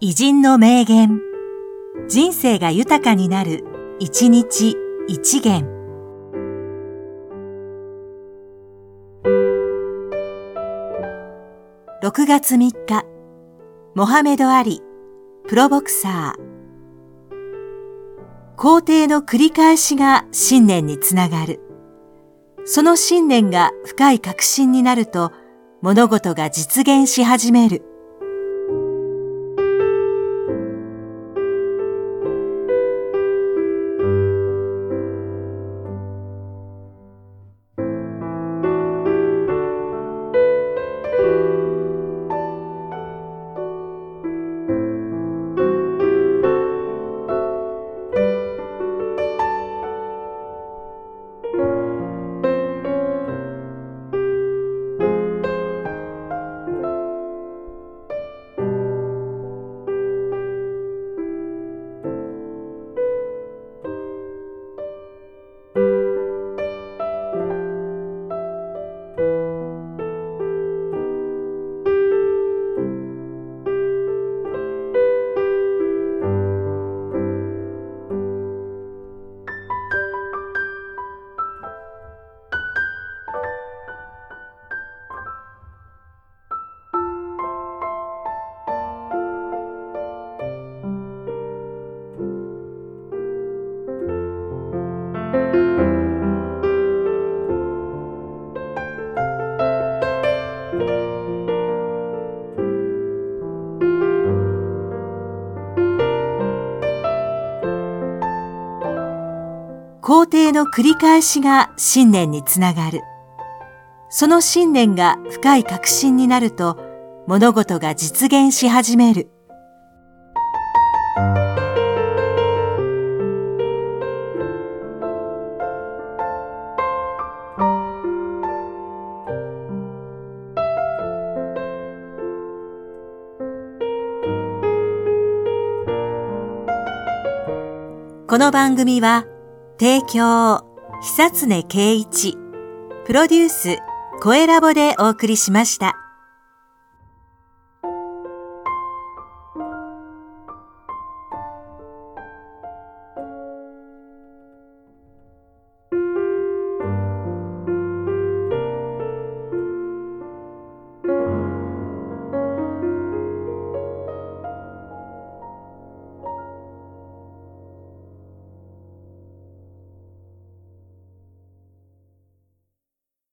偉人の名言、人生が豊かになる、一日一元。6月3日、モハメド・アリ、プロボクサー。肯定の繰り返しが信念につながる。その信念が深い確信になると、物事が実現し始める。肯定の繰り返しが信念につながる。その信念が深い確信になると、物事が実現し始める。この番組は、提供、久常圭一、プロデュース、声ラボでお送りしました。